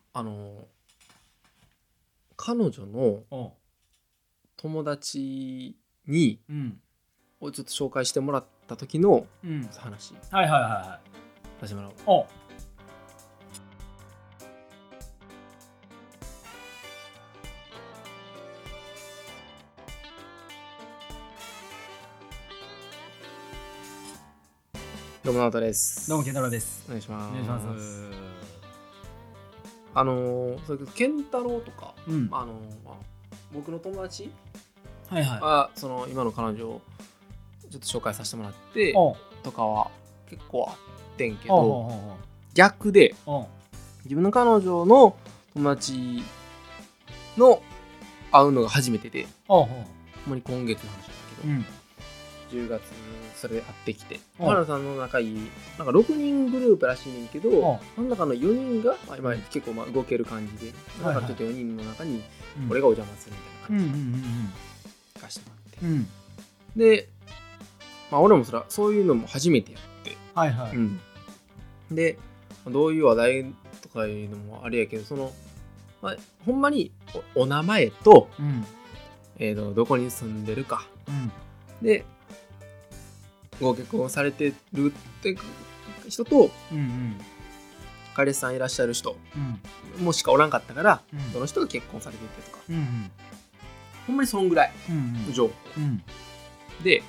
あの彼女の友達にをちょっと紹介してもらった時の話はいはいはいはいさせてもらおう。 おどうもナオトです。 どうも健太郎です。 お願いします。 お願いします。 それこそ健太郎とか、 うん僕の友達はいはいはその今の彼女をちょっと紹介させてもらっておとかは結構あってんけおど、逆でお自分の彼女の友達の会うのが初めてで、 おほんまに今月の話なんだけど、 うん 10月それで会ってきて、 お原田さんの仲いいなんか6人グループらしいねんけど、 おその中の4人が、今結構動ける感じで、だからちょっと4人の中に俺がお邪魔するみたいな感じで行かしてもらって、で、俺もそういうのも初めてやって、 はいはいでどういう話題とかいうのもあれやけど、その、ほんまに お名前と、どこに住んでるか、でご結婚されてるって人と、彼氏さんいらっしゃる人もしかおらんかったから、その人が結婚されててとか、ほんまにそんぐらいの情報で、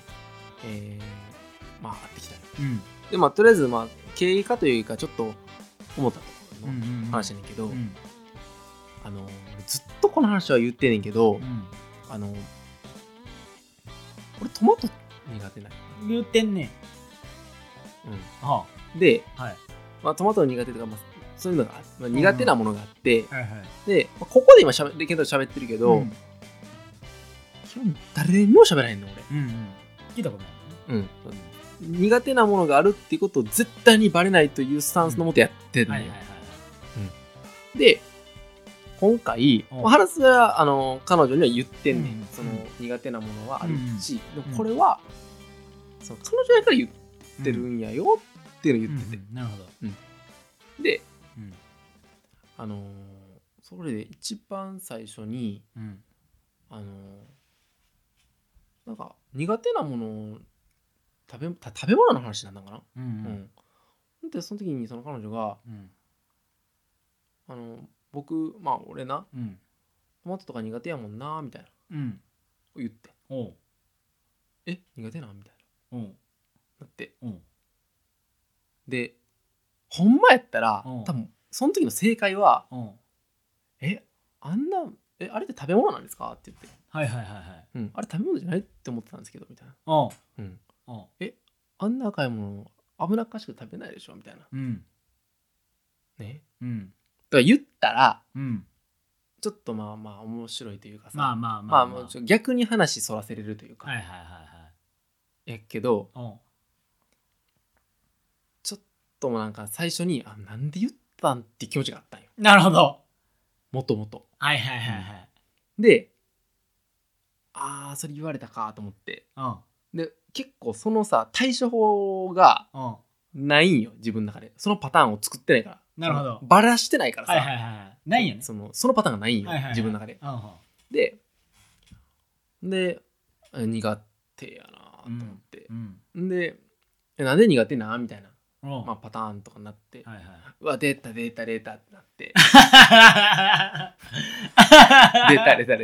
会ってきたり、でとりあえず経緯かというかちょっと思ったところの話やねんけど、ずっとこの話は言ってんねんけど、俺トマト苦手ない言ってんねはで、 はいトマト苦手とか、そういうのが、苦手なものがあって、 はいはいで、ここで今喋ってるけど、基本誰にも喋らへんの俺。 聞いたことない苦手なものがあるっていうことを絶対にバレないというスタンスのもとやってるのよ。で、今回原津は彼女には言ってんねん、その苦手なものはあるし、でもこれはその彼女やから言ってるんやよっていうのを言ってて、 なるほどで、それで一番最初に、なんか苦手なもの食べ物の話なんだかな。でその時にその彼女が、僕俺な、トマトとか苦手やもんなみたいな、言って、苦手なみたいなだって、でほんまやったら多分その時の正解は、あんなあれって食べ物なんですかって言って、あれ食べ物じゃないって思ってたんですけどみたいな、あんな赤いもの危なっかしく食べないでしょみたいな、ね、だから言ったら、ちょっと面白いというかさ、逆に話そらせれるというか、やけどちょっとなんか最初になんで言ったんって気持ちがあったんよ。 なるほど。 もともとで、それ言われたかと思って、で結構そのさ対処法がないんよ自分の中で。そのパターンを作ってないから。 なるほど。 バラしてないからさ、 ないよね。 そのパターンがないんよ、自分の中で。で苦手やなと思って、でなんで苦手なみたいなパターンとかになって、うわ出たってなって出たってな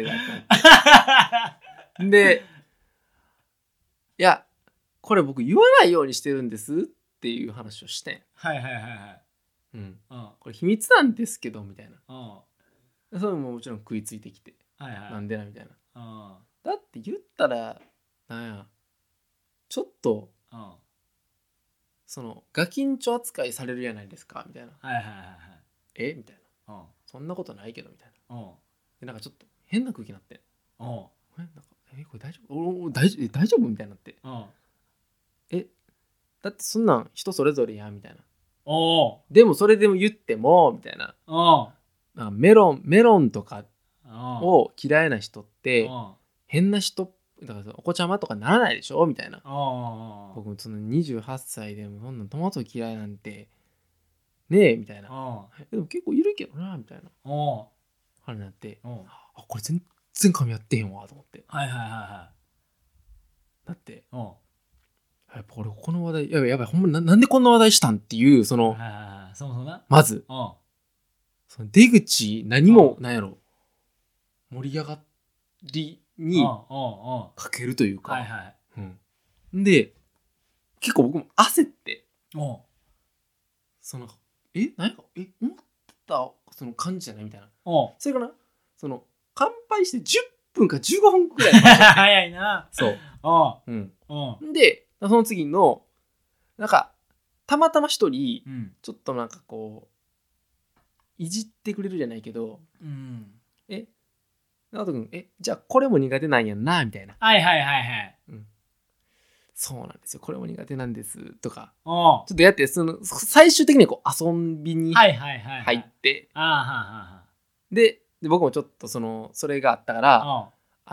ってで、いやこれ僕言わないようにしてるんですっていう話をしてん。これ秘密なんですけどみたいな。それももちろん食いついてきて、なんでなみたいな。だって言ったらなんやちょっとそのガキンチョ扱いされるじゃないですかみたいな。みたいな。そんなことないけどみたいな。でなんかちょっと変な空気になって、なんかこれ大丈夫？大丈夫みたいになって、だってそんなん人それぞれやみたいな。でもそれでも言ってもみたいな。なんかメロンとかを嫌いな人って変な人だからお子ちゃまとかならないでしょみたいな。僕その28歳でもそんなトマト嫌いなんてねえみたいな、でも結構いるけどなみたいな話になって、これ全然噛み合ってへんわと思って、だってやっぱ俺この話題やばいほんまなんでこんな話題したんっていうそのまずその出口何もなんやろ盛り上がりにかけるというか、で結構僕も焦ってその何か思ってたその感じじゃないみたいな、それかなその乾杯して10分か15分くらい早いな。 そうでその次のなんかたまたま一人、ちょっとなんかこういじってくれるじゃないけど、直人君じゃあこれも苦手なんやんなみたいな、そうなんですよこれも苦手なんですとかちょっとやってその最終的にこう遊びに入ってで僕もちょっとそれがあったから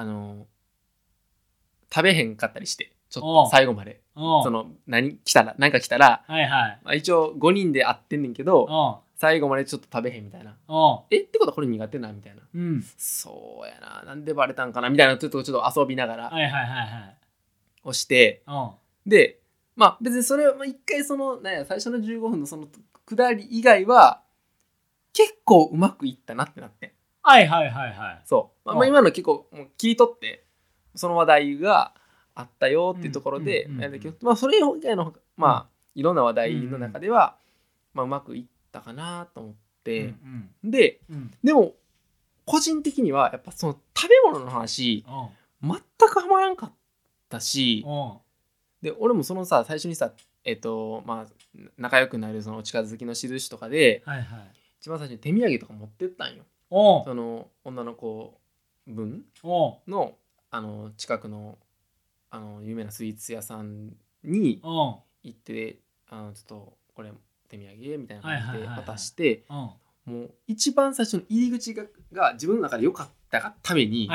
食べへんかったりしてちょっと最後までその何か来たら、一応5人で会ってんねんけど最後までちょっと食べへんみたいなってことはこれ苦手なみたいな、そうやななんでバレたんかなみたいなちょっと遊びながら押してでまあ別にそれは一回その最初の15分のその下り以外は結構うまくいったなってなってそう、今の結構もう切り取ってその話題があったよっていうところでそれ以外のいろんな話題の中ではうまくいったかなと思ってでも個人的にはやっぱその食べ物の話全くハマらんかったしで俺もそのさ最初にさ仲良くなるその近づきの印とかで一番最初に手土産とか持ってったんよ。その女の子分の近くの有名なスイーツ屋さんに行ってちょっとこれ手土産みたいな感じで渡してもう一番最初の入り口が自分の中で良かったがために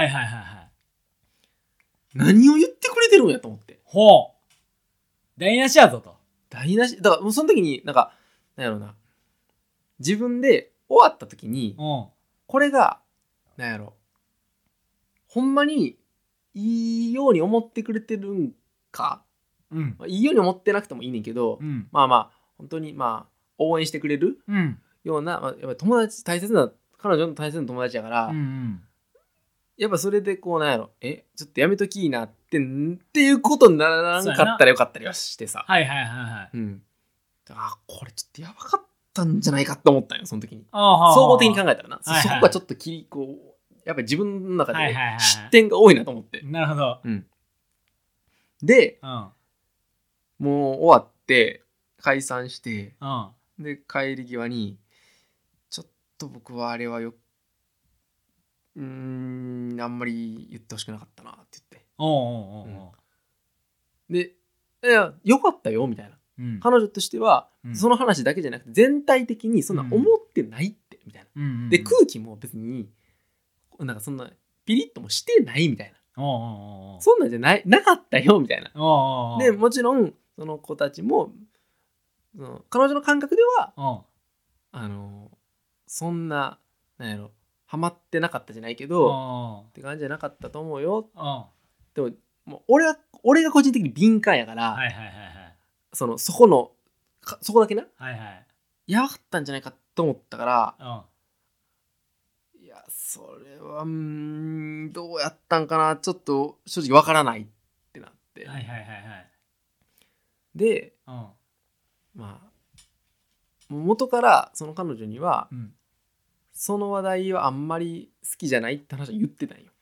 何を言ってくれてるんやと思って台無しやぞと台無しだからもうその時になんやろうな自分で終わった時にこれがなんやろほんまにいいように思ってくれてるんか、いいように思ってなくてもいいねんけど、本当に応援してくれるような、やっぱり友達大切な彼女の大切な友達やから、やっぱそれでこうなんやろちょっとやめときいいなっていうことにならなかったらよかったりはしてさこれちょっとやばかったんじゃないかって思ったんよその時に総合的に考えたらな、そこがちょっとこうやっぱり自分の中で失点が多いなと思って、 なるほど、 で、もう終わって解散して、で帰り際にちょっと僕はあれはあんまり言ってほしくなかったなって言って、でいやよかったよみたいな、彼女としては、その話だけじゃなくて全体的にそんな思ってないってみたいな、で空気も別になんかそんなピリッともしてないみたいな、そんなんじゃなかったよみたいな、でもちろんその子たちも彼女の感覚ではそんななんやろハマってなかったじゃないけどって感じじゃなかったと思うよ、でももう俺が個人的に敏感やから、そこだけな、やばかったんじゃないかと思ったから、いやそれはどうやったんかなちょっと正直わからないってなって、で、元からその彼女には、その話題はあんまり好きじゃないって話は言ってたんよ。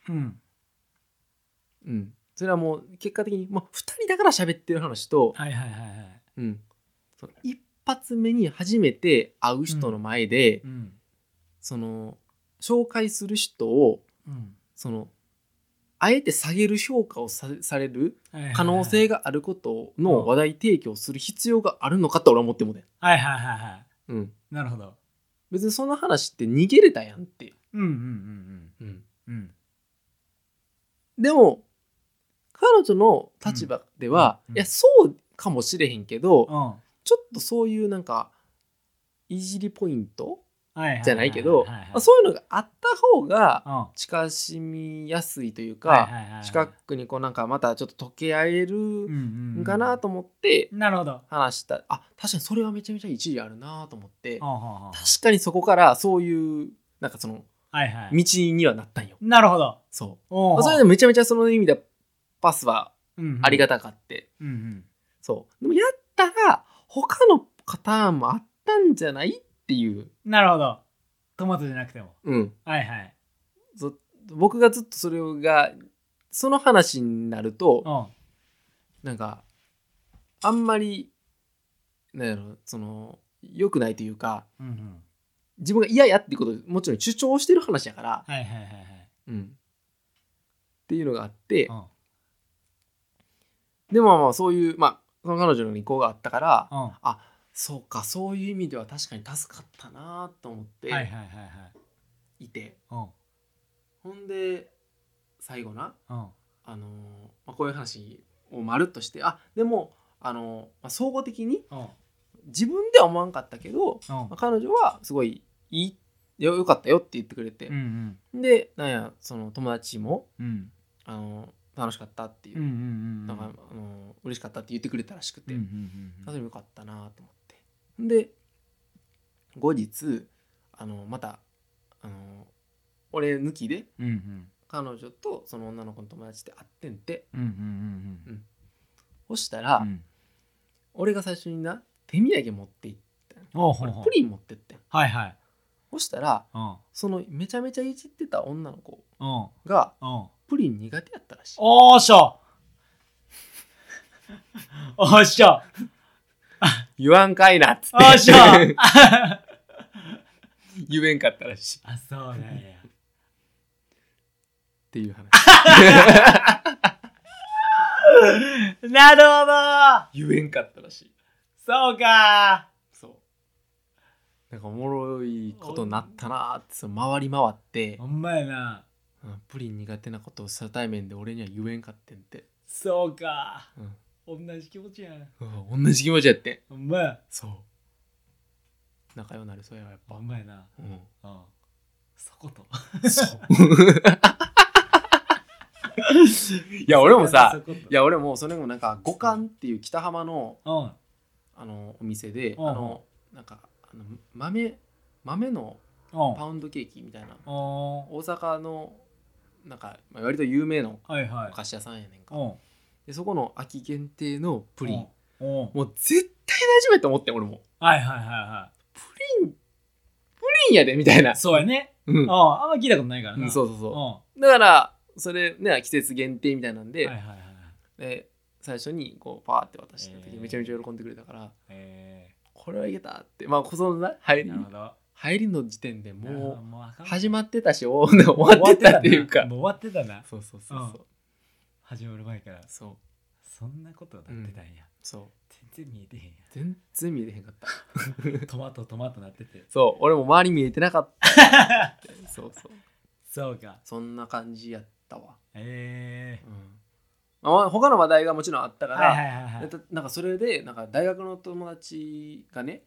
それはもう結果的に2人だから喋ってる話と、その一発目に初めて会う人の前で、その紹介する人を、そのあえて下げる評価をされる可能性があることの話題提供する必要があるのかと俺は思ってもね。 なるほど。 別にその話って逃げれたやんっていう。でも彼女の立場では、いやそうかもしれへんけど、ちょっとそういうなんかいじりポイントじゃないけど、そういうのがあった方が近しみやすいというか、近くにこうなんかまたちょっと溶け合えるんかなと思って話した。あ、確かにそれはめちゃめちゃ一理あるなと思って、確かにそこからそういうなんかその道にはなったんよ。 なるほど。 そう。それでめちゃめちゃその意味でパスはありがたかって、そう。でもやったら他のパターンもあったんじゃないっていう。 なるほど。トマトじゃなくても。はいはい。 僕がずっとそれがその話になると、なんかあんまりなんやろ、その良くないというか、自分が嫌やっていうことをもちろん主張してる話やから、っていうのがあって、でもまあそういうその彼女の意向があったから、あ、そうか、そういう意味では確かに助かったなと思っていて、ほんで最後な、こういう話をまるっとして、でも総合的に自分では思わんかったけど、彼女はすごいよかったよって言ってくれて、でなんやその友達も、楽しかったっていう、なんか嬉しかったって言ってくれたらしくて、それもよかったなと思って、で後日また俺抜きで、彼女とその女の子の友達で会ってんて、そしたら、俺が最初にな手土産持って行ってプリン持ってってん。そしたら、そのめちゃめちゃいじってた女の子が、プリン苦手やったらしい。 おーしょおーしょ言わんかいなっつって。 おーしょ言えんかったらしい。 あ、そうなんや。 っていう話。 なるほど。 言えんかったらしい。 そうか。 そう。なんかおもろいことになったなーって、その回り回って。 ほんまやな。 プリン苦手なことを初対面で俺には言えんかってんて。 そうか。同じ気持ちやん。 同じ気持ちやって。 ほんまや。 そう。仲良くなるそうやわやっぱ。 ほんまやな。そこと。 そう。いや俺もさ、いや俺もそれもなんか五感っていう北浜のお店でなんか豆のパウンドケーキみたいな大阪のなんか割と有名なお菓子屋さんやねんか。でそこの秋限定のプリン、もう絶対大丈夫やと思って俺も。プリンやでみたいな。 そうやね。あんま聞いたことないからな。 そうだからそれね季節限定みたいなんで、で最初にこうパーって渡した時めちゃめちゃ喜んでくれたから、これはいけたって。そのな入りの時点でもう始まってたし終わってたっていうか、 もう終わってたな。 そう始まる前から。 そんなことなってたんや。 そう全然見えてへんや。 全然見えてへんかったトマトなってて。 そう俺も周り見えてなかったそうか。 そんな感じやったわ。 他の話題がもちろんあったから、なんかそれでなんか大学の友達がね、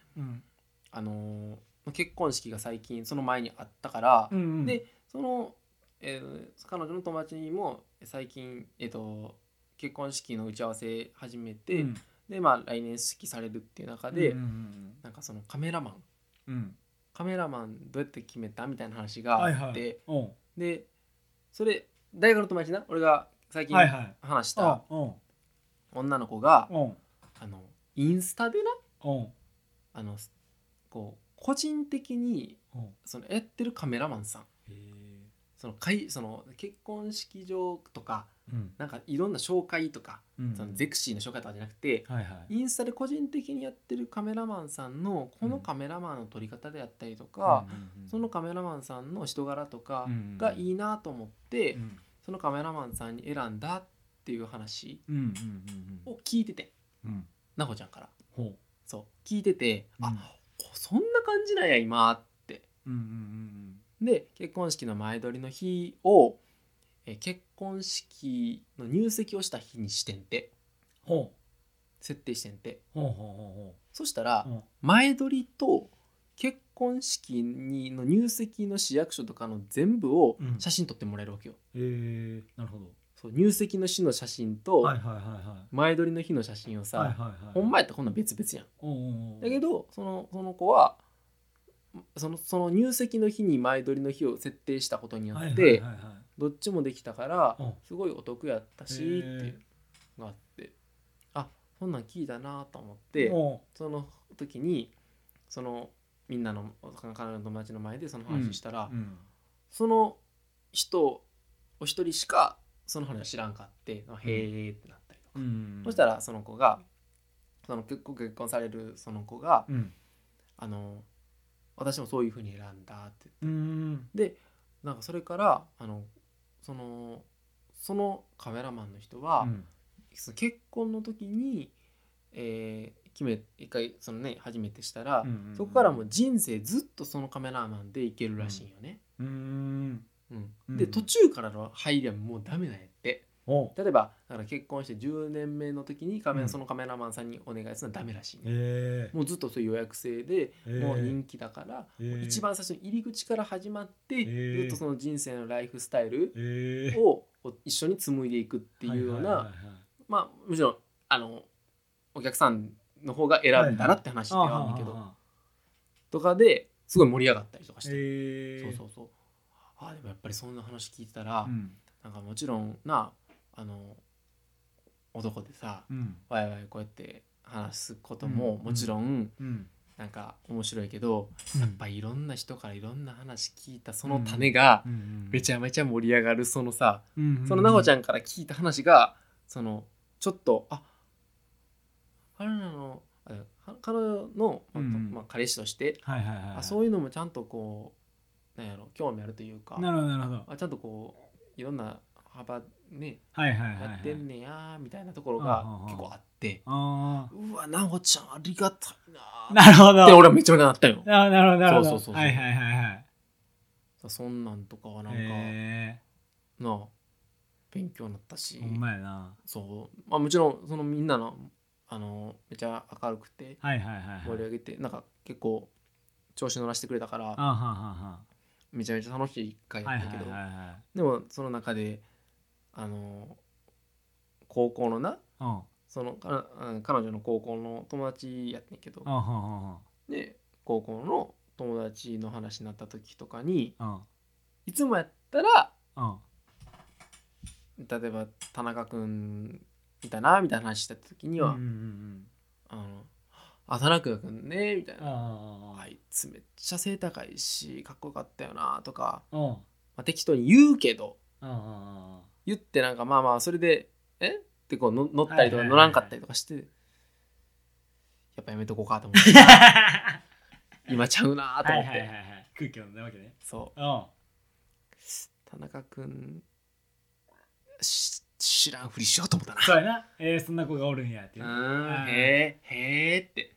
結婚式が最近その前にあったから、でその、彼女の友達にも最近、結婚式の打ち合わせ始めて、で来年式されるっていう中で、なんかそのカメラマンどうやって決めたみたいな話があって、でそれ大学の友達な、俺が最近話した女の子がインスタでなこう個人的にそのやってるカメラマンさん、その結婚式場とか、なんかいろんな紹介とか、そのゼクシーの紹介とかじゃなくて、インスタで個人的にやってるカメラマンさんのこのカメラマンの撮り方であったりとか、そのカメラマンさんの人柄とかがいいなと思って、そのカメラマンさんに選んだっていう話を聞いてて、なほちゃんからそう聞いてて、そんな感じなんや今って。で結婚式の前撮りの日を結婚式の入籍をした日にしてんて、設定してんて。そしたら前撮りと婚式の入籍の市役所とかの全部を写真撮ってもらえるわけよ。 なるほど。 そう入籍の日の写真と前撮りの日の写真をさ、ほんまやったらこんなん別々やん。だけどその子はその入籍の日に前撮りの日を設定したことによってどっちもできたからすごいお得やったしっていうのがあって、あ、そんなん聞いたなと思って、その時にそのみんなの彼女の友達の前でその話したら、その人お一人しかその話は知らんかって、へーってなったりとか、そしたらその子が結婚されるその子が、私もそういう風に選んだって言って、でなんかそれからそのカメラマンの人は、結婚の時に、一回そのね初めてしたら、そこからもう人生ずっとそのカメラマンでいけるらしいんよね。で途中からの入りはもうダメなんやって。例えばだから結婚して10年目の時にそのカメラマンさんにお願いするのはダメらしいね。もうずっとそういう予約制で、もう人気だから、一番最初に入り口から始まって、ずっとその人生のライフスタイルを一緒に紡いでいくっていうような、まあもちろんお客さんの方が選んだらって話ではあるんだけど、とかですごい盛り上がったりとかして、そうそうそう。でもやっぱりそんな話聞いてたら、なんかもちろんな男でさ、ワイワイこうやって話すことももちろんなんか面白いけど、やっぱいろんな人からいろんな話聞いたその種がめちゃめちゃ盛り上がる、そのさ、そのなほちゃんから聞いた話がちょっと彼女の、彼氏として、そういうのもちゃんとこうなんやろ興味あるというか、 なるほどちゃんとこういろんな幅ねやってんねやみたいなところが結構あって、うわなほちゃんありがたいななるほどって俺はめちゃめちゃなったよ。 なるほどなるほど。 そうそんなんとかはなんかな勉強になったし、 ほんまやな。 そう、もちろんそのみんなのめちゃ明るくて盛り上げて、なんか結構調子乗らせてくれたからめちゃめちゃ楽しい回やったけど、でもその中で高校のな、その彼女の高校の友達やってんけど、で高校の友達の話になった時とかに、いつもやったら例えば田中くんいたなみたいな話した時には、田中くんねみたいな、あいつめっちゃ背高いしかっこよかったよなとか、適当に言うけど、言ってなんかまあまあそれでってこう乗ったりとか乗らんかったりとかして、やっぱやめとこうかと思って今ちゃうなと思って空気読んだわけね。 そう田中くん知らんふりしようと思ったな。 そうやな。そんな子がおるんやっていう。 へーって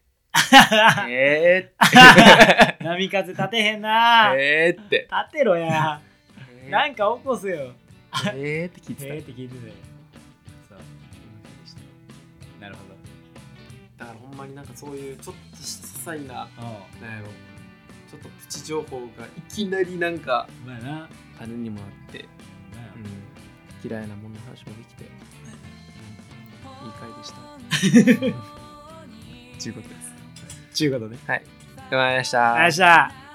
波風立てへんな。 って立てろや。なんか起こすよ。 って聞いてた。 って聞いてたよ。そう。なるほど。 だからほんまになんかそういうちょっとした些細な、なんやろ、ちょっとプチ情報がいきなりなんか種にもあって、嫌いなものの話もできて、いい回でした。ということです。 ということで。 はい。ありがとうございました。 ありがとうございました。